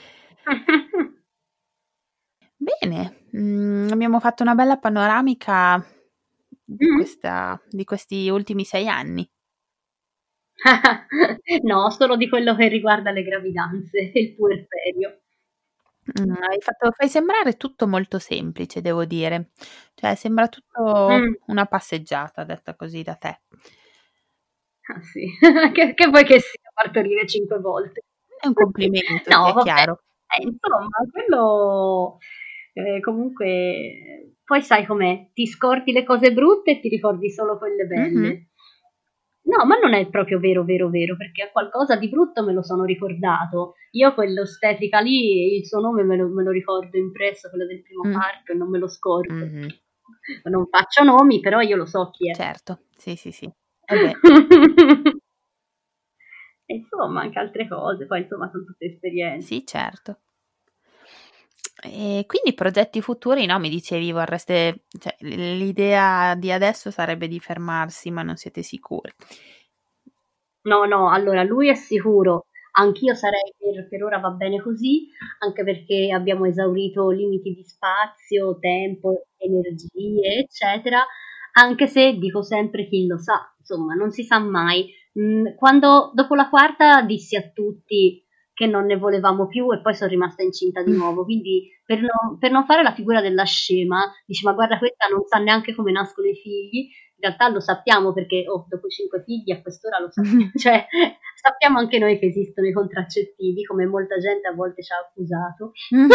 Bene, abbiamo fatto una bella panoramica di questi ultimi 6 anni.
No, solo di quello che riguarda le gravidanze e il puerperio.
Fai sembrare tutto molto semplice, devo dire. Cioè, sembra tutto una passeggiata, detta così da te.
Sì, che vuoi che sia partorire 5 volte?
È un complimento,
No,
sia
vabbè,
chiaro.
insomma, quello comunque poi sai com'è, ti scordi le cose brutte e ti ricordi solo quelle belle. No, ma non è proprio vero, perché qualcosa di brutto me lo sono ricordato. Io quell'ostetrica lì, il suo nome me lo ricordo impresso, quello del primo parto, e non me lo scordo. Non faccio nomi, però io lo so chi è.
Certo, sì. Beh.
E insomma, anche altre cose, poi insomma sono tutte esperienze.
Sì, certo. E quindi progetti futuri, no? Mi dicevi, vorreste, cioè, l'idea di adesso sarebbe di fermarsi, ma non siete sicuri.
No, allora lui è sicuro, anch'io sarei per ora va bene così, anche perché abbiamo esaurito limiti di spazio, tempo, energie, eccetera, anche se dico sempre chi lo sa, insomma, non si sa mai. Quando dopo la quarta dissi a tutti che non ne volevamo più e poi sono rimasta incinta di nuovo, quindi per non fare la figura della scema, dici ma guarda questa non sa neanche come nascono i figli, in realtà lo sappiamo perché dopo 5 figli a quest'ora lo sappiamo, cioè sappiamo anche noi che esistono i contraccettivi, come molta gente a volte ci ha accusato.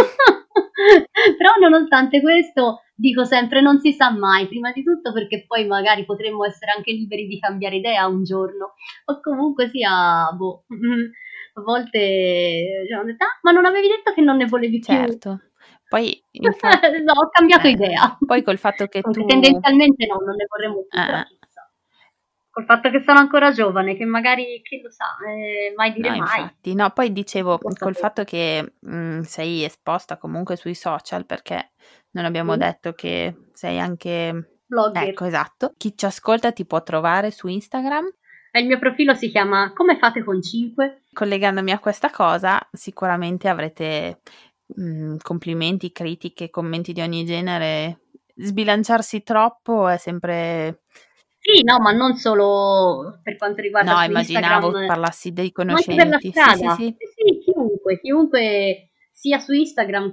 Però nonostante questo dico sempre non si sa mai, prima di tutto perché poi magari potremmo essere anche liberi di cambiare idea un giorno, o comunque sia, boh, a volte hanno detto, ma non avevi detto che non ne volevi più?
Certo. Poi infatti,
no, ho cambiato idea.
Poi col fatto che tu
tendenzialmente no, non ne vorremmo più, però chissà. Col fatto che sono ancora giovane, che magari, chi lo sa, mai dire mai.
Infatti, no, poi dicevo, col fatto che sei esposta comunque sui social, perché non abbiamo detto che sei anche
blogger.
Ecco, esatto. Chi ci ascolta ti può trovare su Instagram.
Il mio profilo si chiama Come fate con 5.
Collegandomi a questa cosa, sicuramente avrete complimenti, critiche, commenti di ogni genere. Sbilanciarsi troppo è sempre...
Sì, no, ma non solo per quanto riguarda
No,
su
immaginavo
Instagram,
parlassi dei
ma anche per la
conoscenti.
strada.
Sì.
Sì, chiunque, sia su Instagram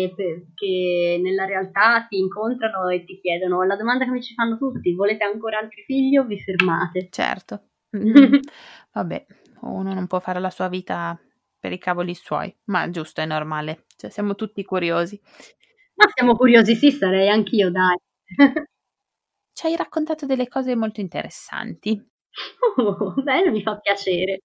che nella realtà ti incontrano e ti chiedono la domanda che mi ci fanno tutti: volete ancora altri figli o vi fermate?
Certo. Vabbè, uno non può fare la sua vita per i cavoli suoi, ma giusto, è normale. Cioè, siamo tutti curiosi.
Ma siamo curiosi, sì, sarei anch'io, dai.
Ci hai raccontato delle cose molto interessanti.
Bene, mi fa piacere.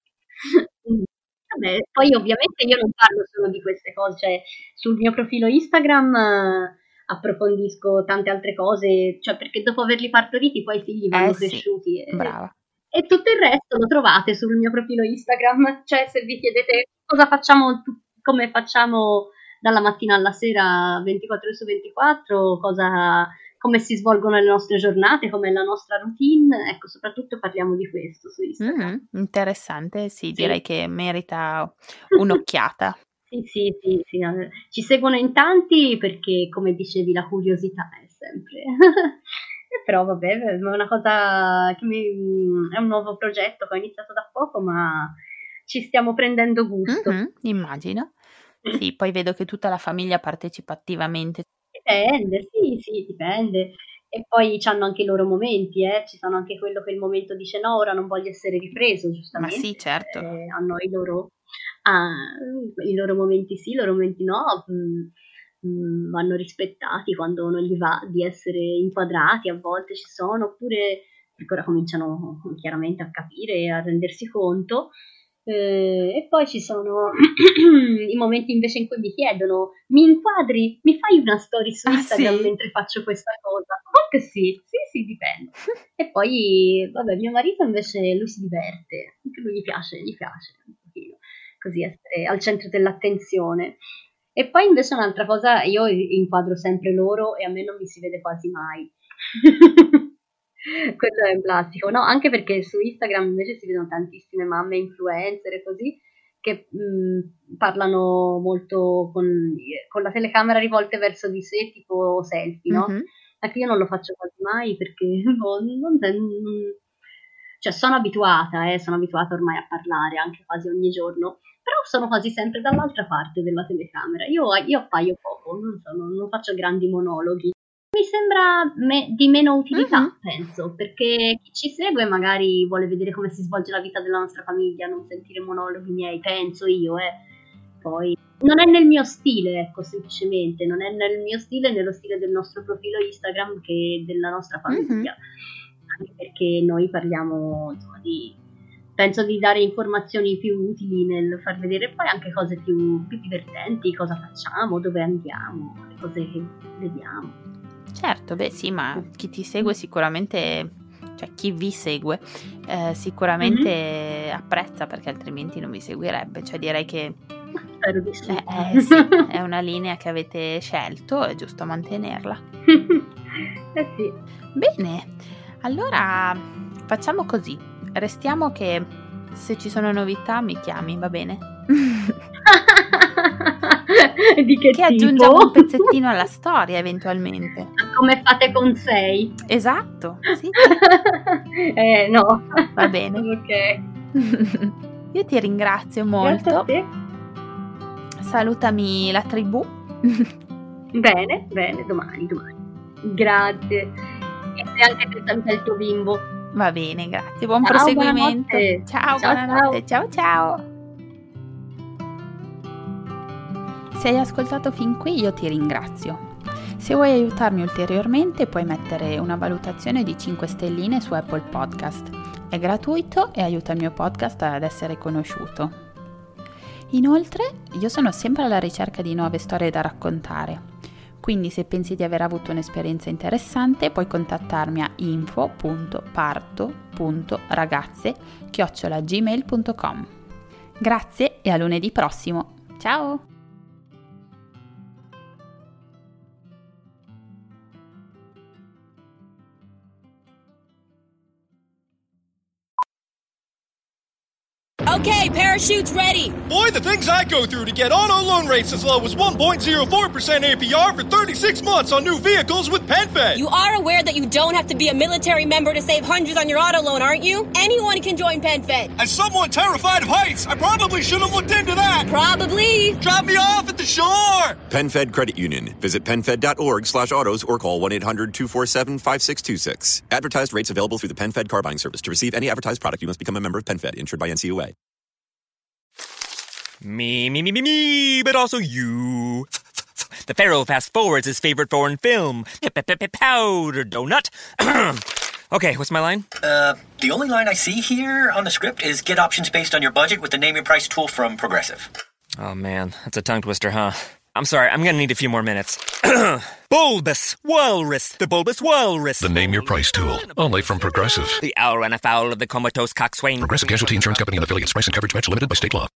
Vabbè, poi ovviamente io non parlo solo di queste cose, cioè sul mio profilo Instagram approfondisco tante altre cose, cioè perché dopo averli partoriti poi i figli vanno cresciuti
brava.
E tutto il resto lo trovate sul mio profilo Instagram, cioè se vi chiedete cosa facciamo, come facciamo dalla mattina alla sera 24 ore su 24, come si svolgono le nostre giornate, com'è la nostra routine, ecco, soprattutto parliamo di questo su Instagram.
Interessante, sì,
Sì.
direi che merita un'occhiata.
Sì, ci seguono in tanti perché, come dicevi, la curiosità è sempre Però vabbè, è una cosa che è un nuovo progetto che ho iniziato da poco, ma ci stiamo prendendo gusto.
Immagino. Sì, poi vedo che tutta la famiglia partecipa attivamente.
Dipende, sì, dipende. E poi hanno anche i loro momenti, ci sono anche quello che il momento dice no, ora non voglio essere ripreso, giustamente.
Ma sì, certo.
Hanno i loro momenti sì, i loro momenti no, vanno rispettati quando non gli va di essere inquadrati, a volte ci sono, oppure perché ora cominciano chiaramente a capire e a rendersi conto. E poi ci sono i momenti invece in cui mi chiedono: mi inquadri? Mi fai una story su Instagram
sì?
mentre faccio questa cosa? A volte sì, dipende. E poi, vabbè, mio marito invece lui si diverte, anche lui gli piace un pochino, così essere al centro dell'attenzione. E poi invece un'altra cosa, io inquadro sempre loro e a me non mi si vede quasi mai. Quello è un classico, no? Anche perché su Instagram invece si vedono tantissime mamme influencer e così che parlano molto con la telecamera rivolte verso di sé, tipo selfie, no? Ecco, io non lo faccio quasi mai perché cioè sono abituata ormai a parlare anche quasi ogni giorno, però sono quasi sempre dall'altra parte della telecamera. Io appaio poco, non faccio grandi monologhi. Mi sembra di meno utilità, penso, perché chi ci segue magari vuole vedere come si svolge la vita della nostra famiglia, non sentire monologhi miei, penso io, Poi non è nel mio stile, ecco, semplicemente, non è nel mio stile, nello stile del nostro profilo Instagram che della nostra famiglia, anche perché noi parliamo, insomma, penso di dare informazioni più utili nel far vedere poi anche cose più divertenti, cosa facciamo, dove andiamo, le cose che vediamo.
Certo, beh sì, ma chi ti segue sicuramente, cioè chi vi segue sicuramente apprezza, perché altrimenti non vi seguirebbe, cioè direi che
spero di sì.
Sì, è una linea che avete scelto, è giusto mantenerla.
Sì.
Bene, allora facciamo così, restiamo che se ci sono novità mi chiami, va bene?
Di che tipo?
Aggiungiamo un pezzettino alla storia eventualmente.
Come fate con 6?
Esatto, sì.
No.
Va bene.
Ok.
Io ti ringrazio molto.
Grazie a te.
Salutami la tribù.
Bene, domani. Grazie. E se anche te saluta il tuo bimbo.
Va bene, grazie. Buon proseguimento.
Buonanotte.
Ciao, buonanotte. Ciao. Se hai ascoltato fin qui io ti ringrazio. Se vuoi aiutarmi ulteriormente puoi mettere una valutazione di 5 stelline su Apple Podcast. È gratuito e aiuta il mio podcast ad essere conosciuto. Inoltre io sono sempre alla ricerca di nuove storie da raccontare. Quindi se pensi di aver avuto un'esperienza interessante puoi contattarmi a info.parto.ragazze@gmail.com. Grazie e a lunedì prossimo. Ciao!
Okay, parachutes ready.
Boy, the things I go through to get auto loan rates as low as 1.04% APR for 36 months on new vehicles with PenFed.
You are aware that you don't have to be a military member to save hundreds on your auto loan, aren't you? Anyone can join PenFed.
As someone terrified of heights, I probably should have looked into that.
Probably.
Drop me off at the shore.
PenFed Credit Union. Visit PenFed.org/autos or call 1-800-247-5626. Advertised rates available through the PenFed car buying service. To receive any advertised product, you must become a member of PenFed, insured by NCUA.
Me, but also you. The Pharaoh fast forwards his favorite foreign film, Powder Donut. Okay, what's my line?
The only line I see here on the script is get options based on your budget with the Name Your Price tool from Progressive.
Oh man, that's a tongue twister, huh? I'm sorry, I'm gonna need a few more minutes. Bulbous Walrus, the Bulbous Walrus.
The Name Your Price tool, only from Progressive.
The owl ran afoul of the comatose coxswain.
Progressive Casualty Insurance Company and affiliates. Price and coverage match limited by state law.